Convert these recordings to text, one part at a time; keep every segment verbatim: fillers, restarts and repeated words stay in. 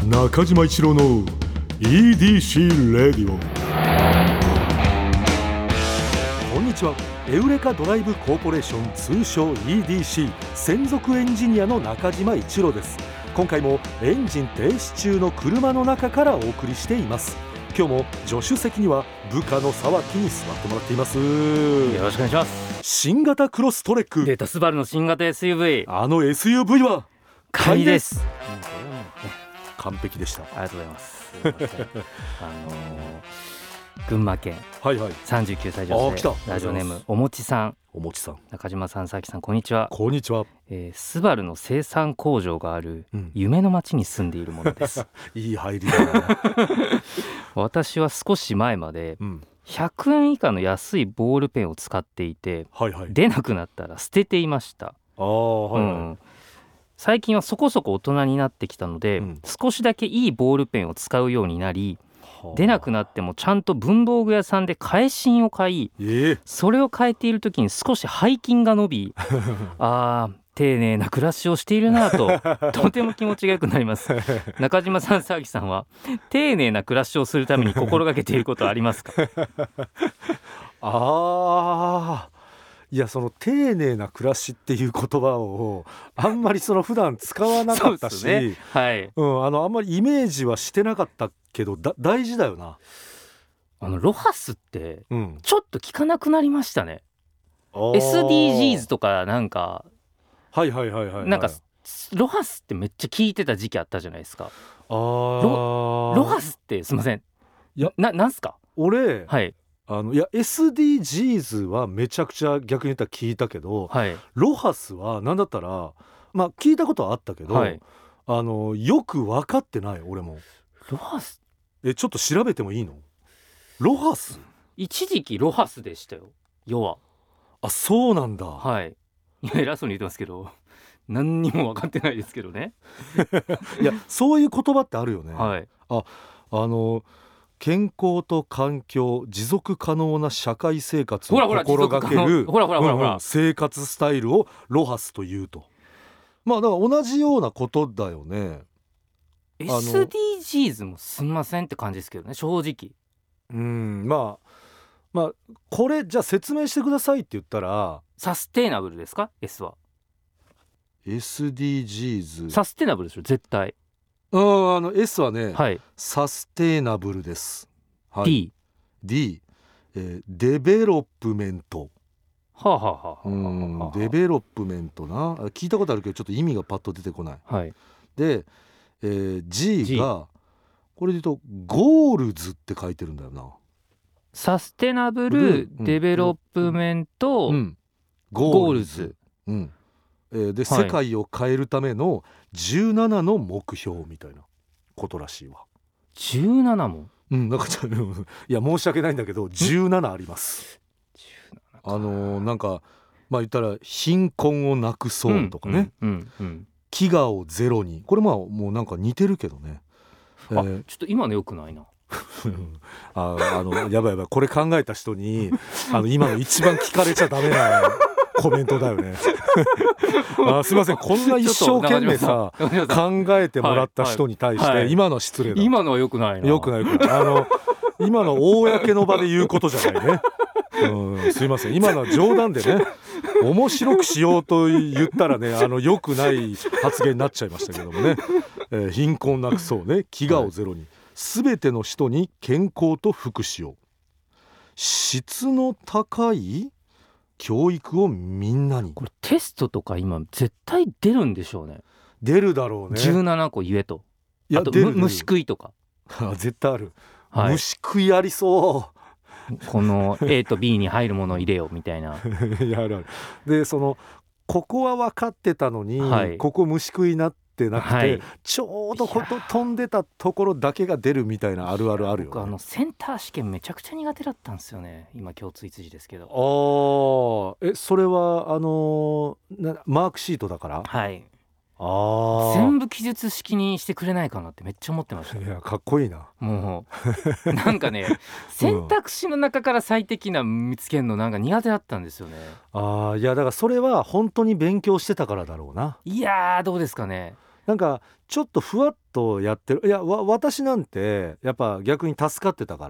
中島一郎の イーディーシー レディオ。こんにちは。エウレカドライブコーポレーション、通称 イーディーシー 専属エンジニアの中島一郎です。今回もエンジン停止中の車の中からお送りしています。今日も助手席には部下の沢木に座ってもらっています。 よろしくお願いします。 新型クロストレック、 データスバルの新型 エスユーブイ、 あの エスユーブイ は買いです。 完璧でした。 ありがとうございます。すいませんあのー、群馬県、はいはい、さんじゅうきゅうさい女性、ラジオネームおもちさん。 おもちさん、 中島さん、佐々木さん、こんにちは。 こんにちは。 えー、スバルの生産工場がある夢の町に住んでいるものです、 うん、いい入りだな私は少し前までひゃくえん以下の安いボールペンを使っていて、はいはい、出なくなったら捨てていました。あ、はいはい、うん、最近はそこそこ大人になってきたので、うん、少しだけいいボールペンを使うようになり、出なくなってもちゃんと文房具屋さんで返し印を買い、えー、それを変えている時に少し背筋が伸びあー丁寧な暮らしをしているなととても気持ちが良くなります。中島さん、佐々木さんは丁寧な暮らしをするために心がけていることはありますか？ あーいや、その丁寧な暮らしっていう言葉をあんまりその普段使わなかったし、ね、はい、うん、あのあんまりイメージはしてなかったけど、だ大事だよな。 あのロハスってちょっと聞かなくなりましたね、うん、エスディージーズ とかなんか、はいはいはいはい、はい、なんかロハスってめっちゃ聞いてた時期あったじゃないですか。あ ロ, ロハスってすいません、いや な, なんすか俺、はい、あのいや エスディージーズ はめちゃくちゃ逆に言ったら聞いたけど、はい、ロハスはなんだったらまあ聞いたことはあったけど、はい、あのよく分かってない。俺もロハスえちょっと調べてもいいの？ロハス一時期ロハスでしたよ、要は。 あ、そうなんだ。 はい、いや偉そうに言ってますけど何にも分かってないですけどねいやそういう言葉ってあるよね、はい、ああの健康と環境、持続可能な社会生活を心がける生活スタイルをロハスというと。まあだから同じようなことだよね。 エスディージーズ もすんませんって感じですけどね、正直。 うん、まあまあこれじゃあ説明してくださいって言ったら、 サステイナブルですか S は。 エスディージーズサステイナブルですよ絶対。 うん、あの S はね、はい、サステイナブルです、はい、D, D、えー、デベロップメント。はあはあはあ、うん、デベロップメントな、聞いたことあるけどちょっと意味がパッと出てこない、はい、で、えー、G が G、これで言うとゴールズって書いてるんだよな。 サステナブル、うん、デベロップメント、うん、ゴールズ、 うん、えー、で、はい、世界を変えるためのじゅうななの目標みたいなことらしいわ。 じゅうななも、 うん、なんかいや申し訳ないんだけどじゅうななあります。じゅうななか。あのー、なんかまあ言ったら貧困をなくそうとかね、うんうんうん、飢餓をゼロに、これまあもうなんか似てるけどね。 あ、えー、ちょっと今の良くないなああのやばいやばい、これ考えた人にあの今の一番聞かれちゃダメなコメントだよねあ、すいません、こんな一生懸命さ考えてもらった人に対して、はいはい、今の失礼だ。 今のは良くないな。 良くない良くない。あの今の公の場で言うことじゃないね、うん、すいません、今のは冗談でね面白くしようと言ったらね、あの良くない発言になっちゃいましたけどもね、えー、貧困なくそうね、飢餓をゼロに、すべての人に健康と福祉を、質の高い教育をみんなに。 これテストとか今絶対出るんでしょうね。 出るだろうね。 じゅうななこ言えと。いや、あと出る出る虫食いとか絶対ある、はい、虫食いありそう。 この A と B に入るものを入れよみたいないやあるある。でそのここは分かってたのに、はい、ここ虫食いになってなくて、はい、ちょうどこと飛んでたところだけが出るみたいなあるあるあるよね。 僕あのセンター試験めちゃくちゃ苦手だったんですよね。今共通一次ですけど。 あえそれはあのー、マークシートだから。 はい。あ全部記述式にしてくれないかなってめっちゃ思ってました。 いやかっこいいな。 もうなんかね選択肢の中から最適な見つけるのなんか苦手だったんですよね。 あいやだからそれは本当に勉強してたからだろうな。 いやーどうですかね。 なんかちょっとふわっとやってる。いやわ私なんてやっぱ逆に助かってたから、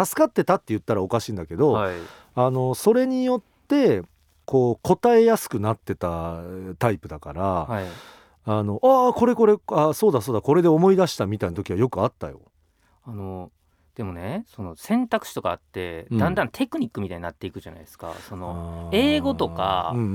助かってたって言ったらおかしいんだけど、はい、あのそれによってこう答えやすくなってたタイプだから、はい、あのあこれこれあそうだそうだこれで思い出したみたいな時はよくあったよ。 あのでもね、その選択肢とかあって、うん、だんだんテクニックみたいになっていくじゃないですか。その英語とか、うんうんうん、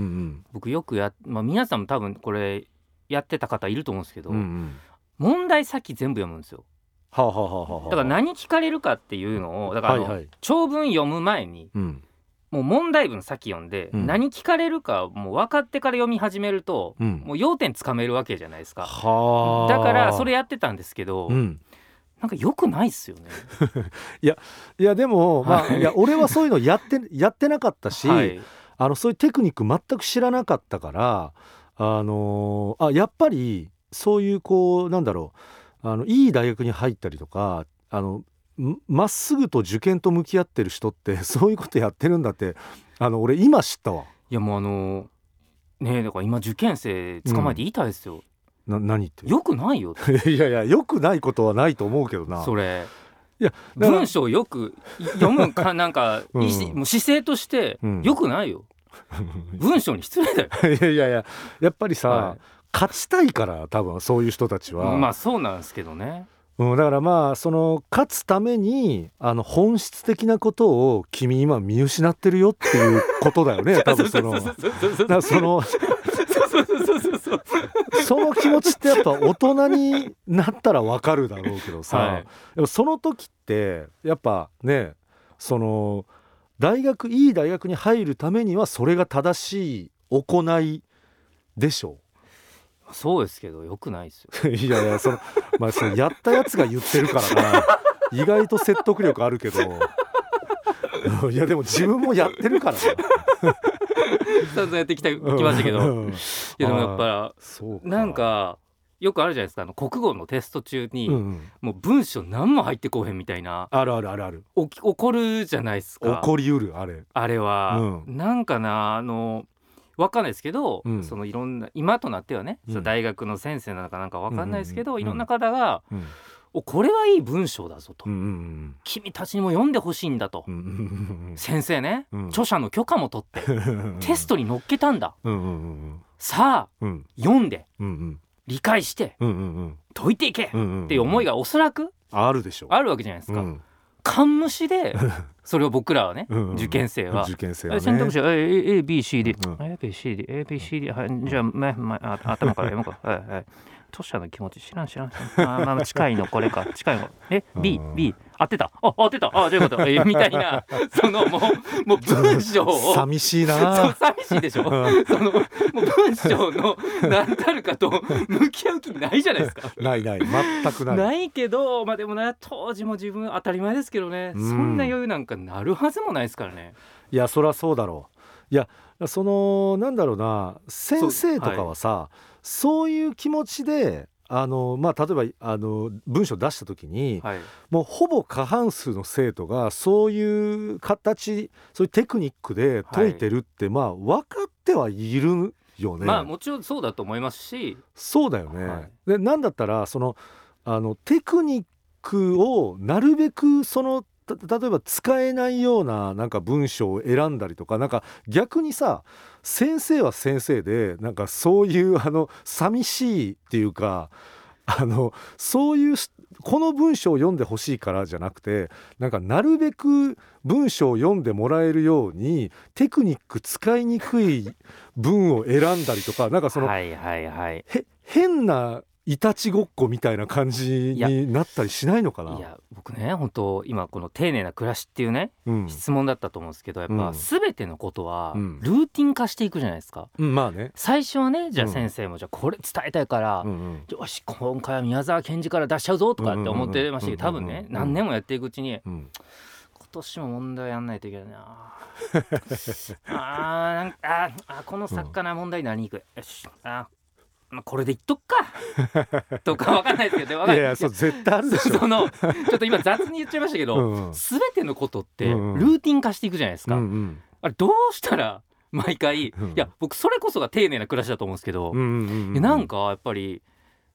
僕よくや、まあ、皆さんも多分これやってた方いると思うんですけど、うんうん、問題先全部読むんですよ。はあはあはあはあ、だから何聞かれるかっていうのをだからあの、はいはい、長文読む前に、うん、もう問題文先読んで、うん、何聞かれるかもう分かってから読み始めると、うん、もう要点つかめるわけじゃないですか。はだからそれやってたんですけど、うん、なんか良くないっすよね。 いやいやでも、まあ、はい、いや俺はそういうのやってやってなかったし、はい、あのそういうテクニック全く知らなかったから、あのー、あやっぱりそういうこうなんだろうあのいい大学に入ったりとかあのまっすぐと受験と向き合ってる人ってそういうことやってるんだってあの俺今知ったわ。 いやもうあのねえだから今受験生捕まえて言いたいですよ、 うん、な何言ってよくないよっていやいやよくないことはないと思うけどな。 それいや文章よく読むかなんかうん、もう姿勢としてよくないよ、うん、文章に失礼だよいやいやいややっぱりさ、はい、勝ちたいから多分そういう人たちはまあそうなんですけどね、 うん、だからまあその勝つためにあの本質的なことを君今見失ってるよっていうことだよね多分そのそのその気持ちってやっぱ大人になったら分かるだろうけどさ、はい、やっぱその時ってやっぱねその大学いい大学に入るためにはそれが正しい行いでしょう。そうですけどよくないですよいやいやその、まあ、そのやったやつが言ってるからな意外と説得力あるけどいやでも自分もやってるからな散々やってきたきましたけど、うん、いやでもやっぱなんかよくあるじゃないですか、あの国語のテスト中に、うんうん、もう文章何も入ってこうへんみたいなあるあるあるある起こるじゃないですか。 起こりうるあれあれは、うん、なんかなあの分かんないですけど、うん、そのいろんな今となってはね、うん、その大学の先生なのかなんか分かんないですけど、うんうんうん、いろんな方が、うんおこれはいい文章だぞと、うんうんうん、君たちにも読んでほしいんだと、うんうんうん、先生ね、うん、著者の許可も取ってテストに乗っけたんだ、うんうんうん、さあ、うん、読んで、うんうん、理解して、うんうんうん、解いていけ、うんうんうん、っていう思いがおそらくあるでしょうあるわけじゃないですか、うん、勘無視でそれを僕らはねうん、うん、受験生は受験生は、ね、 選択肢 A B C D、うん、A B C D A B C D、はい、じゃあ、まま、頭から読むかはいはい著者の気持ち知らん知らん知らんあまあ近いのこれか近いのえ B B 合ってたあ合ってたあじゃあよかったえみたいなそのもうもう文章を寂しいなそう寂しいでしょ、うん、そのもう文章の何たるかと向き合う気ないじゃないですかないない全くないないけどまあでもね当時も自分当たり前ですけどね、うん、そんな余裕なんかなるはずもないですからね。 いやそりゃそうだろう。いやそのなんだろうな先生とかはさ、はい、そういう気持ちであの、まあ、例えばあの文章出した時に、はい、もうほぼ過半数の生徒がそういう形そういうテクニックで解いてるって、はい、まあ分かってはいるよね。 まあもちろんそうだと思いますしそうだよね、はい、でなんだったらそのあのテクニックをなるべくその例えば使えないようななんか文章を選んだりとかなんか逆にさ先生は先生でなんかそういうあの寂しいっていうかあのそういうこの文章を読んでほしいからじゃなくてなんかなるべく文章を読んでもらえるようにテクニック使いにくい文を選んだりとかなんかその、はいはいはい、へ変ないたちごっこみたいな感じになったりしないのかな。 いや僕ね本当今この丁寧な暮らしっていうね、うん、質問だったと思うんですけどやっぱ全てのことはルーティン化していくじゃないですか、うん、まあね最初はねじゃあ先生もじゃあこれ伝えたいから、うんうん、よし今回は宮沢賢治から出しちゃうぞとかって思ってましたけど多分ね何年もやっていくうちに、うん、今年も問題やんないといけないなあなんああこの作家な問題何いくよしあまあ、これで言っとくかとか分かんないですけどいやいやそう絶対あるでしょそのちょっと今雑に言っちゃいましたけど、うんうん、全てのことってルーティン化していくじゃないですか、うんうん、あれどうしたら毎回、うん、いや僕それこそが丁寧な暮らしだと思うんですけど、うんうんうんうん、なんかやっぱり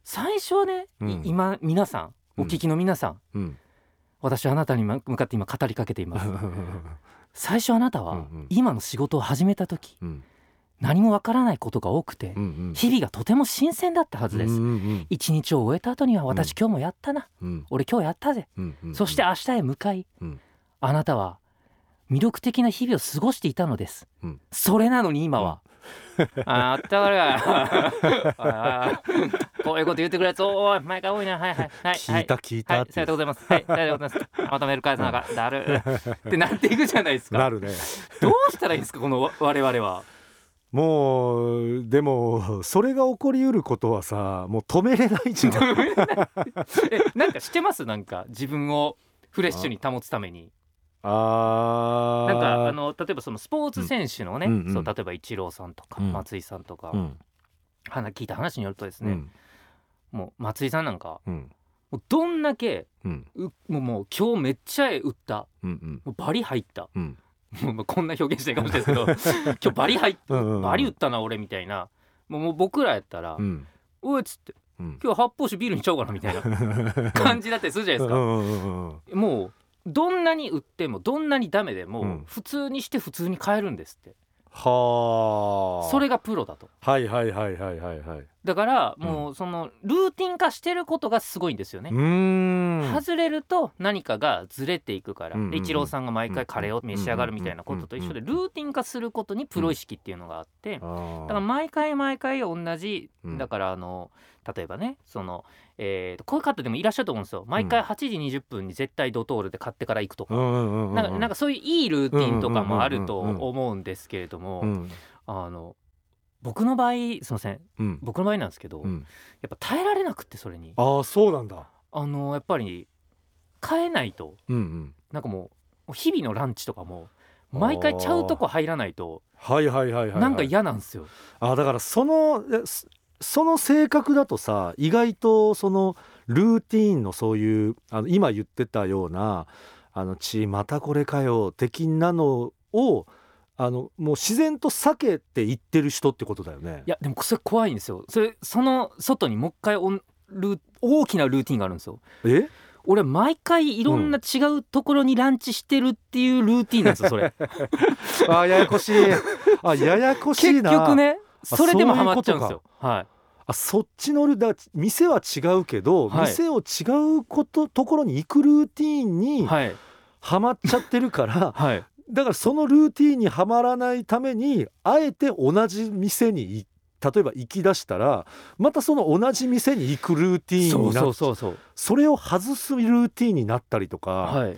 最初はね、うん、今皆さんお聞きの皆さん、うん、私はあなたに向かって今語りかけています最初あなたは今の仕事を始めた時、うん、何もわからないことが多くて、うんうん、日々がとても新鮮だったはずです、うんうん、一日を終えた後には私、うん、今日もやったな、うん、俺今日やったぜ、うんうんうん、そして明日へ向かい、うん、あなたは魅力的な日々を過ごしていたのです、うん、それなのに今は、うん、ああったからこういうこと言ってくれやおい毎回多いなはいはいはい聞いた聞いた、 はい、さようでございますはいさようでございますまとめる返さながだるってなっていくじゃないですか。 なるね。 どうしたらいいんですかこの我々は。 もうでもそれが起こりうることはさもう止めれないじゃんえなんかしてますなんか自分をフレッシュに保つために。 あなんかあの例えばそのスポーツ選手のね、うんうんうん、そう例えばイチローさんとか、うん、松井さんとか、うん、聞いた話によるとですね、うん、もう松井さんなんか、うん、もうどんだけ、うん、うもう、もう今日めっちゃ打った、うんうん、もうバリ入った、うん、もうこんな表現してるかもしれないですけど今日バリ入った、うんうんうん、バリ打ったな俺みたいなもう、もう僕らやったら、うん、おいっつって、うん、今日発泡酒ビールにちゃうかなみたいな感じだったりするじゃないですか、うんうんうん、もうどんなに売ってもどんなにダメでも、うん、普通にして普通に買えるんですって。はあ。それがプロだと。 はいはいはいはいはいはい。 だからもうそのルーティン化してることがすごいんですよね。うーん外れると何かがずれていくから、うんうんうん、イチローさんが毎回カレーを召し上がるみたいなことと一緒でルーティン化することにプロ意識っていうのがあって、うん、だから毎回毎回同じだからあの例えばねその、えー、こういう方でもいらっしゃると思うんですよ。毎回はちじにじゅっぷんに絶対ドトールで買ってから行くとか、うんうんうん、なんか、なんかそういういいルーティンとかもあると思うんですけれども、うんうんうんうん、あの僕の場合すいません、うん、僕の場合なんですけど、うん、やっぱ耐えられなくってそれに。 ああそうなんだ。 あのやっぱり変えないと、うんうん、なんかもう日々のランチとかも毎回ちゃうとこ入らないとはいはいはいはい、はい、 なんか嫌なんですよ。 あだからそのその性格だとさ意外とそのルーティーンのそういうあの今言ってたようなあのちまたこれかよ的なのをあのもう自然と避けていってる人ってことだよね。 いやでもそれ怖いんですよ。それその外にもう一回おル大きなルーティンがあるんですよ。 え俺毎回いろんな違うところにランチしてるっていうルーティンなんですよそれあややこしいあややこしいな。 結局ねそれでもハマっちゃうんですよ。はい、 あそっちのルだ店は違うけど、はい、店を違うことところに行くルーティンにハマっちゃってるから、はい、だからそのルーティンにはまらないためにあえて同じ店に例えば行き出したらまたその同じ店に行くルーティンになっちゃう。それを外すルーティンになったりとか、はい、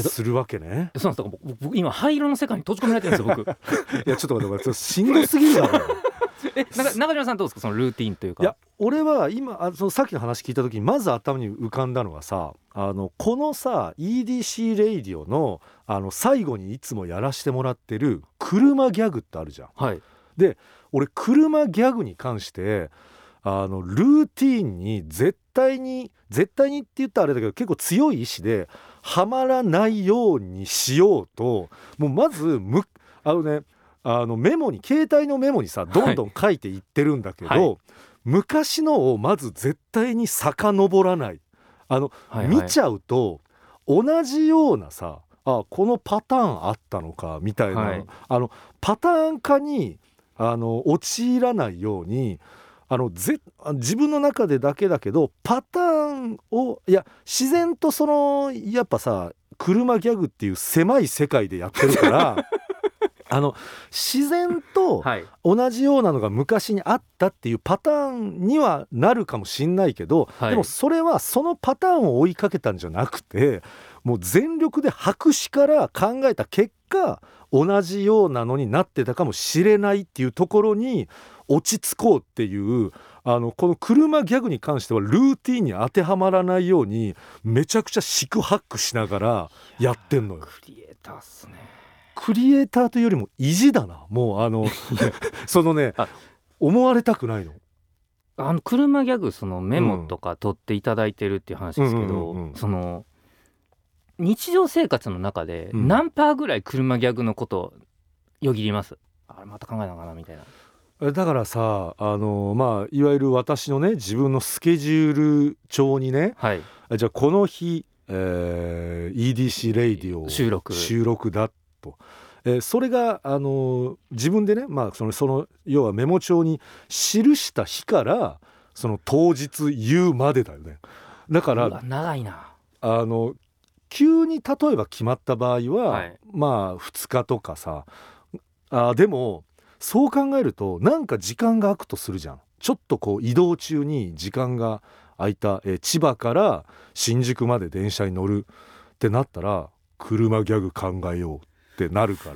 するわけね。 そうなんです。僕今灰色の世界に閉じ込められてるんですよ僕いやちょっと待って待ってしんどすぎるだろえ中島さんどうですかそのルーティンというか。 いや俺は今あそのさっきの話聞いた時にまず頭に浮かんだのがさあのこのさ イーディーシー レイディオ の, あの最後にいつもやらしてもらってる車ギャグってあるじゃん、はい、で俺車ギャグに関してあのルーティーンに絶対に絶対にって言ったらあれだけど結構強い意志ではまらないようにしようともうまずむあのねあのメモに携帯のメモにさどんどん書いていってるんだけど、はいはい、昔のをまず絶対に遡らないあの、はいはい、見ちゃうと同じようなさあこのパターンあったのかみたいな、はい、あのパターン化にあの陥らないようにあのぜ自分の中でだけだけどパターンをいや自然とそのやっぱさ車ギャグっていう狭い世界でやってるからあの自然と同じようなのが昔にあったっていうパターンにはなるかもしんないけど、はい、でもそれはそのパターンを追いかけたんじゃなくてもう全力で白紙から考えた結果同じようなのになってたかもしれないっていうところに落ち着こうっていうあのこの車ギャグに関してはルーティンに当てはまらないようにめちゃくちゃ四苦八苦しながらやってんのよ。 クリエイターっすね。 クリエイターというよりも意地だなもうあのそのね思われたくないの。 あの車ギャグそのメモとか取っていただいてるっていう話ですけど、うんうんうんうん、その日常生活の中で何パーぐらい車ギャグのことよぎります、うん、あれまた考えながらみたいな。 だからさ、あのまあいわゆる私のね自分のスケジュール帳にね、 はい、 じゃあこの日、えー、イーディーシー レイディオ収録収録だと、えー、それがあの自分でね、まあそのその要はメモ帳に記した日からその当日言うまでだよね。だから長いな。 あの急に例えば決まった場合は、はい、まあふつかとかさあ、でもそう考えるとなんか時間が空くとするじゃん。ちょっとこう移動中に時間が空いた、えー、千葉から新宿まで電車に乗るってなったら車ギャグ考えようってなるから、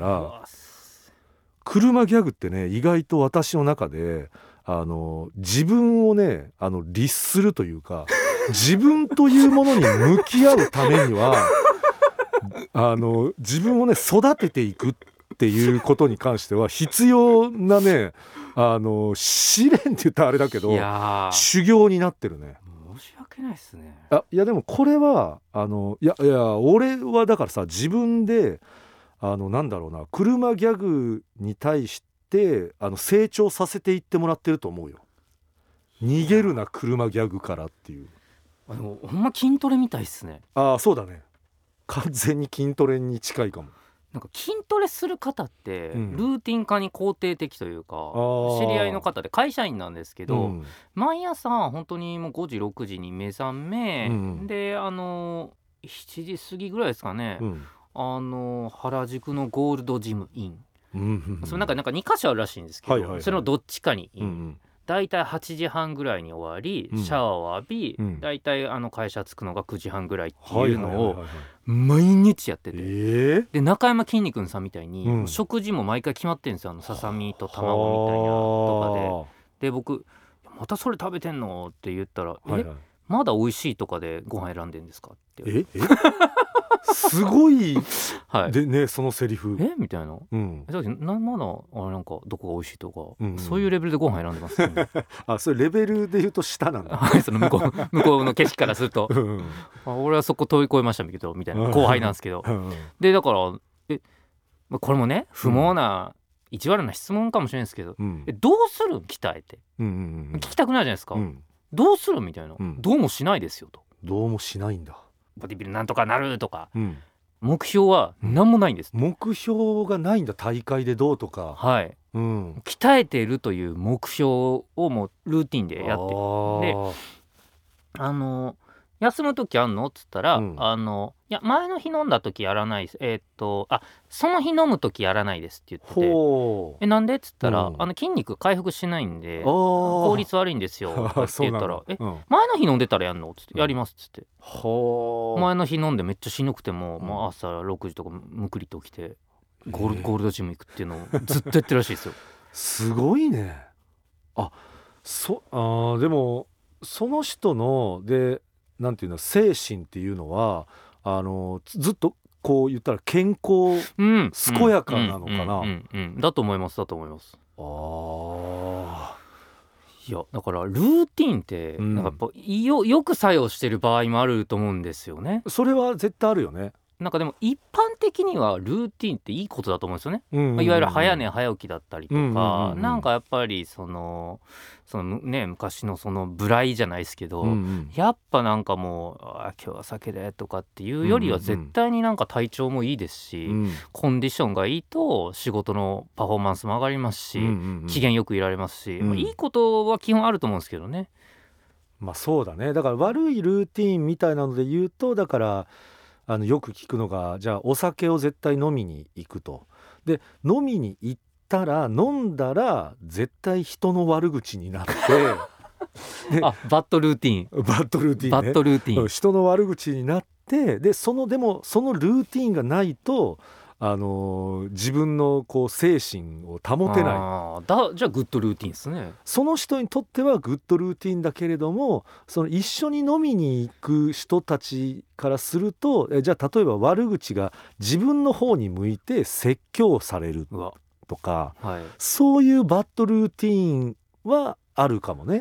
車ギャグってね意外と私の中であの自分をねあの律するというか自分というものに向き合うためにはあの自分をね育てていくっていうことに関しては必要なねあの試練って言ったらあれだけど修行になってるね。 申し訳ないですね。 あ、いやでもこれはあのいやいや俺はだからさ自分であのなんだろうな車ギャグに対してあの成長させていってもらってると思うよ。逃げるな車ギャグからっていう。 あのほんま筋トレみたいっすね。 ああそうだね。完全に筋トレに近いかも。 なんか筋トレする方ってルーティン化に肯定的というか、うん、知り合いの方で会社員なんですけど、うん、毎朝本当にもうごじろくじに目覚め、うん、であのしちじ過ぎぐらいですかね、うん、あの原宿のゴールドジムイン、うん、それなんかなんかにかしょあるらしいんですけど、はいはいはい、それのどっちかにイン、うんうんだいたいはちじはんぐらいに終わりシャワーを浴び、うん、だいたいあの会社着くのがくじはんぐらいっていうのを毎日やってて、えー、で中山きんに君さんみたいに、うん、食事も毎回決まってるんですよ。あのささみと卵みたいなとかでで僕またそれ食べてんのって言ったら、はいはい、えまだ美味しいとかでご飯選んでんですかってええすごい、はい、でねそのセリフえみたいな、うん、だってなまだあれなんかどこが美味しいとか、うんうん、そういうレベルでご飯選んでます、ね、 あそれレベルで言うと下なんだはいその向こう向こうの景色からするとうん、あ俺はそこ飛び越えましたけどみたいな後輩なんですけどでだからえこれもね不毛な、うん、意地悪な質問かもしれないですけど、うん、えどうするん鍛えて、うんうんうん、聞きたくないじゃないですか、うん、どうするみたいな、うん、どうもしないですよと。 どうもしないんだ。 ボディビルなんとかなるとか、うん、目標は何もないんです。 目標がないんだ。大会でどうとか、 はい、うん、鍛えているという目標をもうルーティンでやってであの休む時あんのっつったら、うん、あのいや前の日飲んだ時やらないですえー、っとあその日飲む時やらないですって言っててえなんでっつったら、うん、あの筋肉回復しないんで効率悪いんですよって言ったらえ、うん、前の日飲んでたらやんのっつってやりますっつって、うん、前の日飲んでめっちゃしんどくても、うん、もう朝ろくじとかむくりと起きてゴール、ゴールドジム行くっていうのをずっとやってるらしいですよすごいね。あそあでもその人のでなんていうの精神っていうのはあのずっとこう言ったら健康、うん、健やかなのかな。 だと思いますだと思います。あいやだからルーティンってなんかやっぱ、うん、よ, よく作用してる場合もあると思うんですよね。 それは絶対あるよね。 なんかでも一般的にはルーティンっていいことだと思うんですよね、うんうんうんまあ、いわゆる早寝早起きだったりとか、うんうんうんうん、なんかやっぱりそのその、ね、昔のそのブライじゃないですけど、うんうん、やっぱなんかもうあ今日は酒でとかっていうよりは絶対になんか体調もいいですし、うんうん、コンディションがいいと仕事のパフォーマンスも上がりますし、うんうんうん、機嫌よくいられますし、うんまあ、いいことは基本あると思うんですけどね。 まあそうだね。だから悪いルーティンみたいなので言うとだからあのよく聞くのがじゃあお酒を絶対飲みに行くと。で飲みに行ったら飲んだら絶対人の悪口になってあバッドルーティンバッドルーティン、ね、 バッドルーティン人の悪口になってでそのでもそのルーティンがないとあのー、自分のこう精神を保てない。 あだじゃあグッドルーティンですね。 その人にとってはグッドルーティンだけれどもその一緒に飲みに行く人たちからするとえじゃあ例えば悪口が自分の方に向いて説教されるとか、はい、そういうバッドルーティンはあるかもね。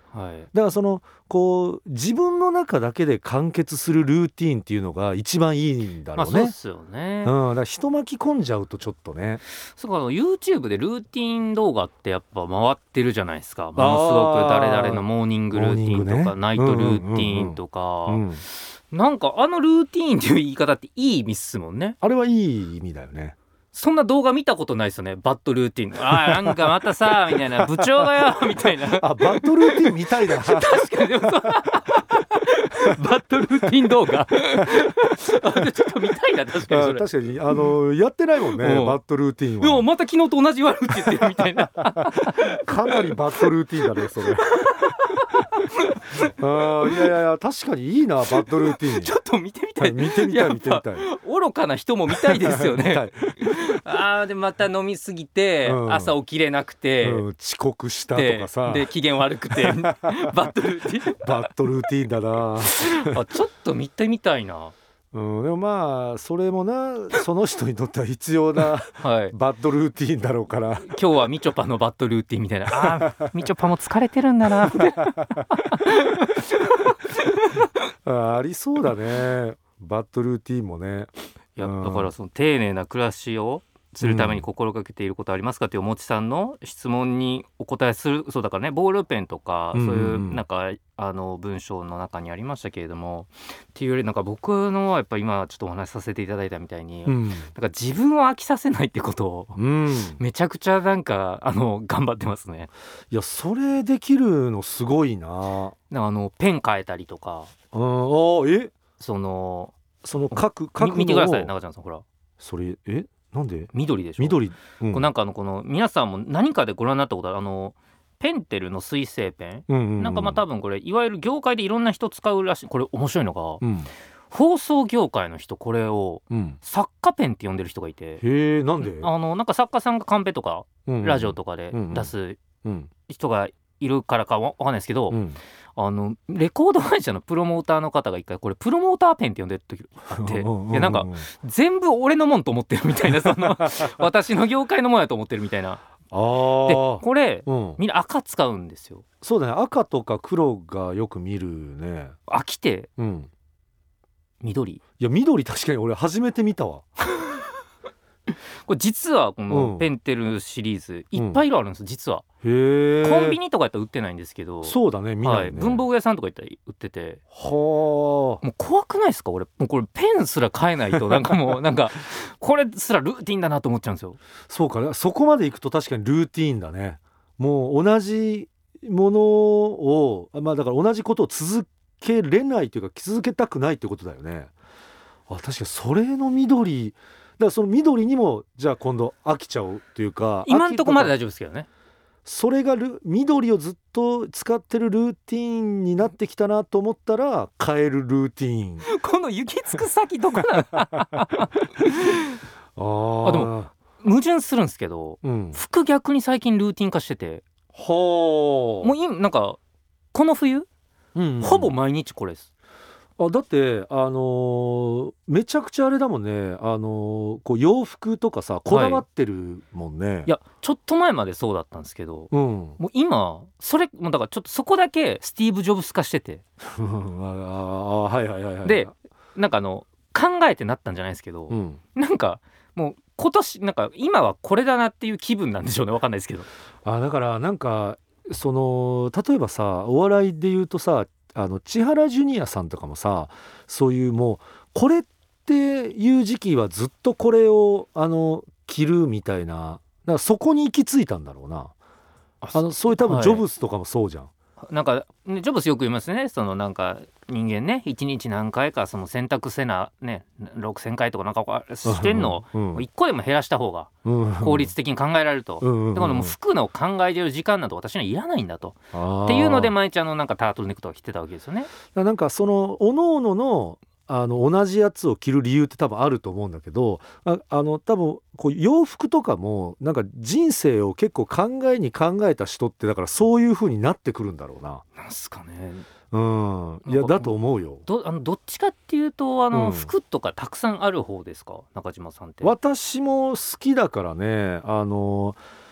はい、 だからそのこう自分の中だけで完結するルーティーンっていうのが一番いいんだろうね。 まあそうですよね、 うん、だから人巻き込んじゃうとちょっとね。 そうか、 YouTube でルーティン動画ってやっぱ回ってるじゃないですか。ものすごく誰々のモーニングルーティンとか、ね、ナイトルーティンとか、うんうんうんうん、なんかあのルーティンっていう言い方っていい意味っすもんね。 あれはいい意味だよね。 そんな動画見たことないですよね。バッドルーティン、あーなんかまたさみたいな、部長がよみたいなあ、バッドルーティンみたいだ確かにでもバッドルーティン動画あちょっと見たいな。確かにそれ確かにあのやってないもんね、うん、バッドルーティンは。 でもまた昨日と同じ悪口言ってるみたいなかなりバッドルーティンだねそれあいやいやいや確かにいいなバッドルーティンちょっと見てみたい、 見てみたい見てみたい。 愚かな人も見たいですよねあでまた飲みすぎて、うん、朝起きれなくて、うん、 遅刻したとかさで機嫌悪くてバッドルーティンバッドルーティンだなあちょっと見てみたいな。 うん、でもまあそれもなその人にとっては必要な、はい、バッドルーティーンだろうから。 今日はみちょぱのバッドルーティンみたいなあみちょぱも疲れてるんだなあ, ありそうだねバッドルーティーンもね。 いやだからその丁寧な暮らしをするために心がけていることありますかっていうおもちさんの質問にお答えする。そうだからねボールペンとかそういうなんかあの文章の中にありましたけれども、っていうよりなんか僕のはやっぱ今ちょっとお話しさせていただいたみたいに、うん、なんか自分を飽きさせないってことを、うん、めちゃくちゃなんかあの頑張ってますね。 いやそれできるのすごいな。 なんかあのペン変えたりとか、 あえそのその書く書くのを見てください中ちゃんさんほらそれえなんで緑でしょ緑、 うん、こうなんかあのこの皆さんも何かでご覧になったことあるあのペンテルの水性ペン、うんうんうん、なんかまあ多分これいわゆる業界でいろんな人使うらしい。これ面白いのが、うん、放送業界の人これを作家ペンって呼んでる人がいて、 うん、へえなんであのなんか作家さんがカンペとか、うんうん、ラジオとかで出す人がいるからかわかんないですけど、うん、あのレコード会社のプロモーターの方が一回これプロモーターペンって呼んでる時あっていやなんか全部俺のもんと思ってるみたいなその私の業界のもんやと思ってるみたいな。あでこれ、うん、みんな赤使うんですよ。 そうだね赤とか黒がよく見るね。 飽きて、うん、緑。いや緑確かに俺初めて見たわこれ実はこのペンテルシリーズいっぱい色あるんです、うん、実は。へコンビニとかやったら売ってないんですけど。 そうだね見ないね、はい、 文房具屋さんとか行ったら売ってて。はあもう怖くないですか俺もうこれペンすら買えないとなんかもうなんかこれすらルーティンだなと思っちゃうんですよ。 そうかそこまでいくと確かにルーティンだね。もう同じものをまあだから同じことを続けれないというか続けたくないってことだよね。あ確かにそれの緑だからその緑にもじゃあ今度飽きちゃうというか今んとこまで大丈夫ですけどね。 それがル緑をずっと使ってるルーティーンになってきたなと思ったら変えるルーティーンこの行き着く先どこなのああでも矛盾するんですけど、うん、服逆に最近ルーティン化しててほもう今なんかこの冬、うんうん、ほぼ毎日これです。 あだってあのー、めちゃくちゃあれだもんね、あのー、こう洋服とかさこだわってるもんね、はい、 いやちょっと前までそうだったんですけど、うん、もう今それもうだからちょっとそこだけスティーブ・ジョブス化しててあはいはいはいはいでなんかあの考えてなったんじゃないですけど、うん、なんかもう今年なんか今はこれだなっていう気分なんでしょうね。わかんないですけどあだからなんかその例えばさお笑いで言うとさあの千原ジュニアさんとかもさそういうもうこれっていう時期はずっとこれをあの着るみたいなだからそこに行き着いたんだろうな。あのそういう多分ジョブスとかもそうじゃん、 はい、なんか、ね、ジョブスよく言いますね。そのなんか人間ねいちにち何回かその選択せなねろくせんかいとかなんかしてんのをいっこでも減らした方が効率的に考えられると、うんうんうん、だからもう服の考えてる時間など私にはいらないんだとっていうので毎日あのなんかタートルネックとか着てたわけですよね。 なんかその各々のあの同じやつを着る理由って多分あると思うんだけど あ, あの多分こう洋服とかもなんか人生を結構考えに考えた人ってだからそういう風になってくるんだろうな。 なんすかね。 うんいやだと思うよ。 ど, あのどっちかっていうとあの、うん、服とかたくさんある方ですか中島さんって。 私も好きだからねあの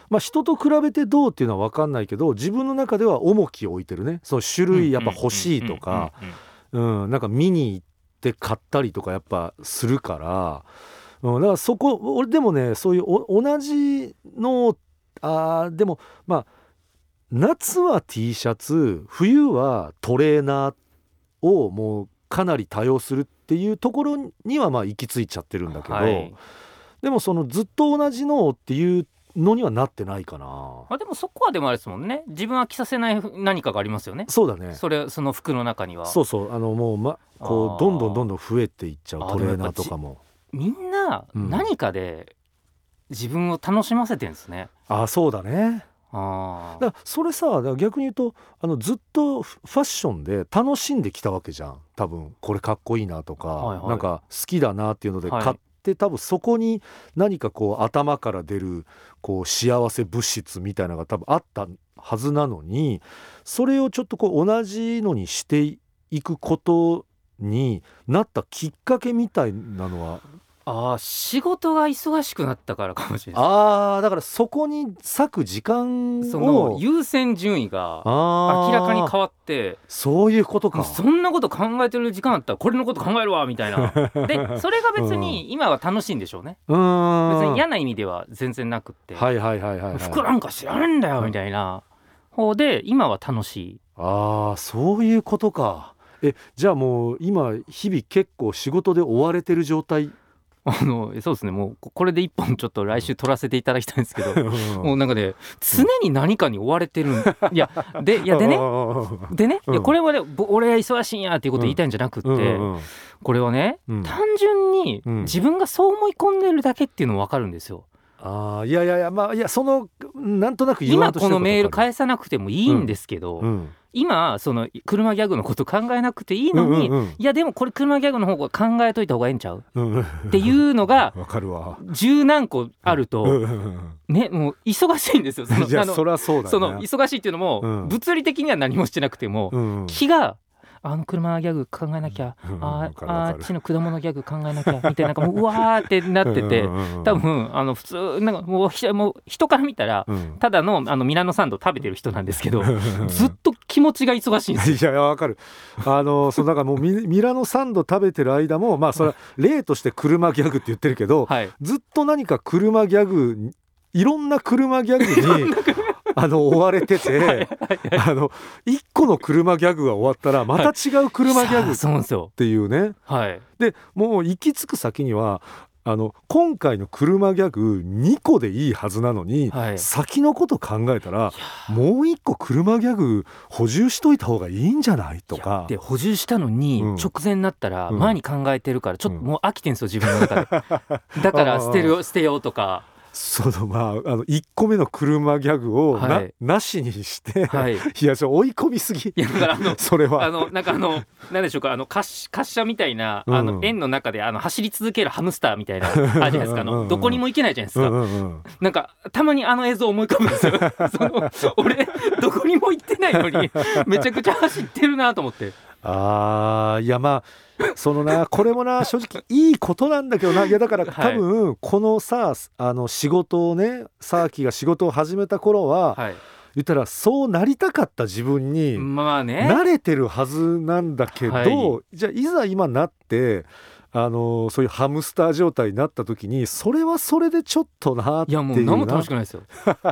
まあ、人と比べてどうっていうのは分かんないけど自分の中では重きを置いてるね。そう種類やっぱ欲しいとかなんか見に行って買ったりとかやっぱするから、うん、だからそこ俺でもねそういう同じのあでもまあ夏は T シャツ冬はトレーナーをもうかなり多用するっていうところにはまあ行き着いちゃってるんだけど、はい、でもそのずっと同じのっていうのにはなってないかな。 あでもそこはでもあれですもんね、自分は着させない何かがありますよね。 そうだね。 それその服の中にはそうそうあのもう、ま、こうどんどんどんどん増えていっちゃうトレーナーとかも。 みんな何かで自分を楽しませてるんですね、 うん、あそうだね。あだからそれさだから逆に言うとあのずっとファッションで楽しんできたわけじゃん。多分これかっこいいなとか、はいはい、なんか好きだなっていうので買って、はい多分そこに何かこう頭から出るこう幸せ物質みたいなのが多分あったはずなのにそれをちょっとこう同じのにしていくことになったきっかけみたいなのはああ仕事が忙しくなったからかもしれない。 ああだからそこに割く時間をその優先順位が明らかに変わってそういうことか。 そんなこと考えてる時間あったらこれのこと考えるわみたいなでそれが別に今は楽しいんでしょうね。うん別に嫌な意味では全然なくってはいはいはいはい、はい、 服なんか知らないんだよみたいな方で今は楽しい。 ああそういうことか。えじゃあもう今日々結構仕事で追われてる状態。 あのそうですねもうこれで一本ちょっと来週取らせていただきたいんですけどもうなんかね常に何かに追われてるんいやでいやでねでねいやこれはね俺は忙しいんやっていうことを言いたいんじゃなくってこれはね単純に自分がそう思い込んでるだけっていうのも分かるんですよ。 あいやいやいやまあいやそのなんとなく言わんとしてること今このメール返さなくてもいいんですけど、うんうん今その車ギャグのこと考えなくていいのに、うんうんうん、いやでもこれ車ギャグの方が考えといた方がええんちゃう、うんうん、っていうのが十何個あると、うんうん、ねもう忙しいんですよ。そのいやそりゃそうだね。 その忙しいっていうのも、うん、物理的には何もしてなくても、うんうん、気があの車ギャグ考えなきゃ、うん、あ, あっちの果物ギャグ考えなきゃみたいななんかもううわーってなってて多分あの普通なんかもうもう人から見たら、うん、ただ の, あのミラノサンド食べてる人なんですけどずっと気持ちが忙しいんですよ。いやわかるあのそうだからもう ミ, ミラノサンド食べてる間もまあそれは例として車ギャグって言ってるけど、はい、ずっと何か車ギャグいろんな車ギャグにあの追われててはいはい、はい、あのいっこの車ギャグが終わったらまた違う車ギャグっていうね、はい、でもう行き着く先にはあの今回の車ギャグにこでいいはずなのに、はい、先のこと考えたらもういっこ車ギャグ補充しといた方がいいんじゃないとかで補充したのに直前になったら前に考えてるからちょっともう飽きてんすよ自分の中でだから捨てる捨てようとかそのまあ、あのいっこめの車ギャグを な,、はい、なしにして、はい、いやそれ追い込みすぎ。いやだからあのそれはあのなんかあの何でしょうかあの滑車みたいな、うん、あの円の中であの走り続けるハムスターみたいなあるじゃないですかあのどこにも行けないじゃないですか、うんうんうん、なんかたまにあの映像思い浮かぶんですよその俺どこにも行ってないのにめちゃくちゃ走ってるなと思って。 あーいやまあそのなこれもな正直いいことなんだけどないやだから多分このさあの仕事をねサーキが仕事を始めた頃は、はい、言ったらそうなりたかった自分に慣れてるはずなんだけど、まあねはい、じゃあいざ今なってあのそういうハムスター状態になった時にそれはそれでちょっとなっていうな。 いやもう何も楽しくないですよ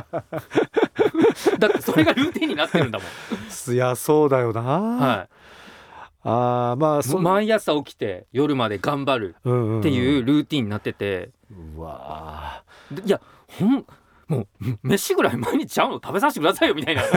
だってそれがルーティンになってるんだもん。 いやそうだよな、はいあまあそ毎朝起きて夜まで頑張るっていうルーティンになってて、うんうんうん、うわいやほんもう飯ぐらい毎日ちゃうの食べさせてくださいよみたいな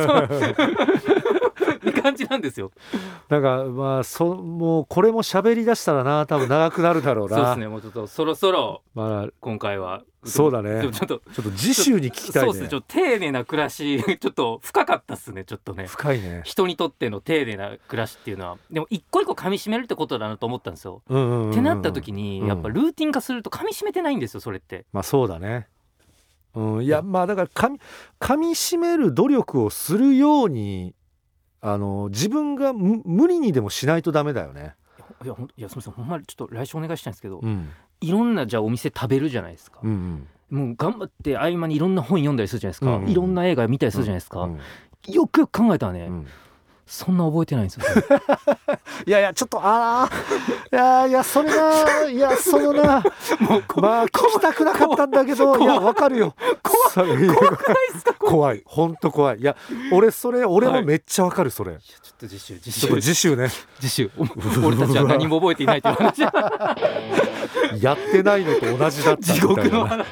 感じなんですよ。 なんかまあそもうこれも喋り出したらな多分長くなるだろうな。 そうですねもうちょっとそろそろ、まあ、今回はそうだねちょっとちょっと次週に聞きたいね。 そうですねちょっと丁寧な暮らしちょっと深かったっすねちょっとね深いね人にとっての丁寧な暮らしっていうのはでも一個一個噛み締めるってことだなと思ったんですよ、うんうんうんうん、ってなった時に、うん、やっぱルーティン化すると噛み締めてないんですよそれって。 まあそうだねうん、いやまあだから噛み、噛み締める努力をするようにあの自分が無理にでもしないとダメだよね。 いや、いやすみませんほんまにちょっと来週お願いしたいんですけど、うん、いろんなじゃあお店食べるじゃないですか、うんうん、 もう頑張って合間にいろんな本読んだりするじゃないですか、うんうん、いろんな映画見たりするじゃないですか、うんうん、よくよく考えたらね、うん、そんな覚えてないんですよいやいやちょっとあいやいやそれないやそのなもうまあ聞きたくなかったんだけどいやわかるよ怖い怖くないですか怖い本当怖いいや俺それ俺もめっちゃわかるそれ、はい、 ちょっと次週次週ちょっと次週ね次週俺たちは何も覚えていないという話やってないのと同じだったみたいな、ね、 地獄の話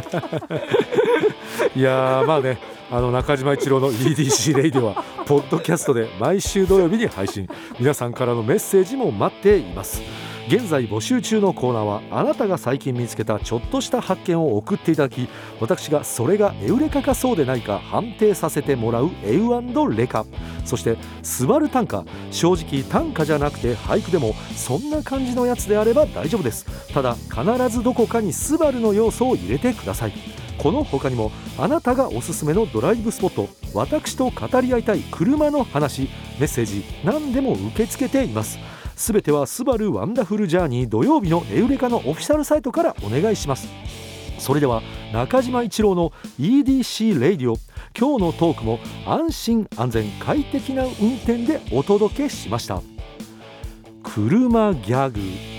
いやまあねあの中島一郎の イーディーシー レイディオはポッドキャストで毎週土曜日に配信。皆さんからのメッセージも待っています。現在募集中のコーナーはあなたが最近見つけたちょっとした発見を送っていただき、私がそれがエウレカかそうでないか判定させてもらうエウ&レカ。そしてスバル短歌、正直短歌じゃなくて俳句でもそんな感じのやつであれば大丈夫です。ただ必ずどこかにスバルの要素を入れてください。この他にもあなたがおすすめのドライブスポット、私と語り合いたい車の話、メッセージ何でも受け付けています。すべてはスバルワンダフルジャーニー土曜日のエウレカのオフィシャルサイトからお願いします。それでは中島一郎の イーディーシー レイディオ、今日のトークも安心安全快適な運転でお届けしました。車ギャグ、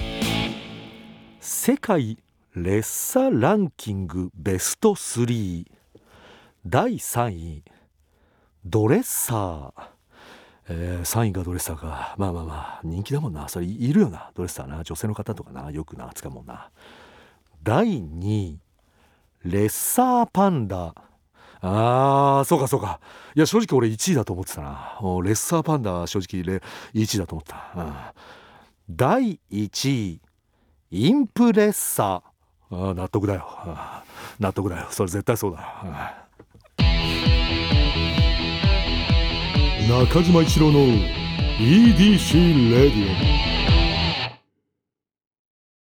世界レッサランキングベストスリー、だいさんいドレッサー、えー、さんいがドレッサーか。まあまあまあ人気だもんな。それいるよな、ドレッサーな。女性の方とかな、よくな扱うもんな。だいにいレッサーパンダ。あーそうかそうか。いや正直俺いちいだと思ってたな。レッサーパンダは正直レいちいだと思った、うん、だいいちいインプレッサー。あ納得だよ、あ納得だよ、それ絶対そうだ。中島一郎の イーディーシー レディオ。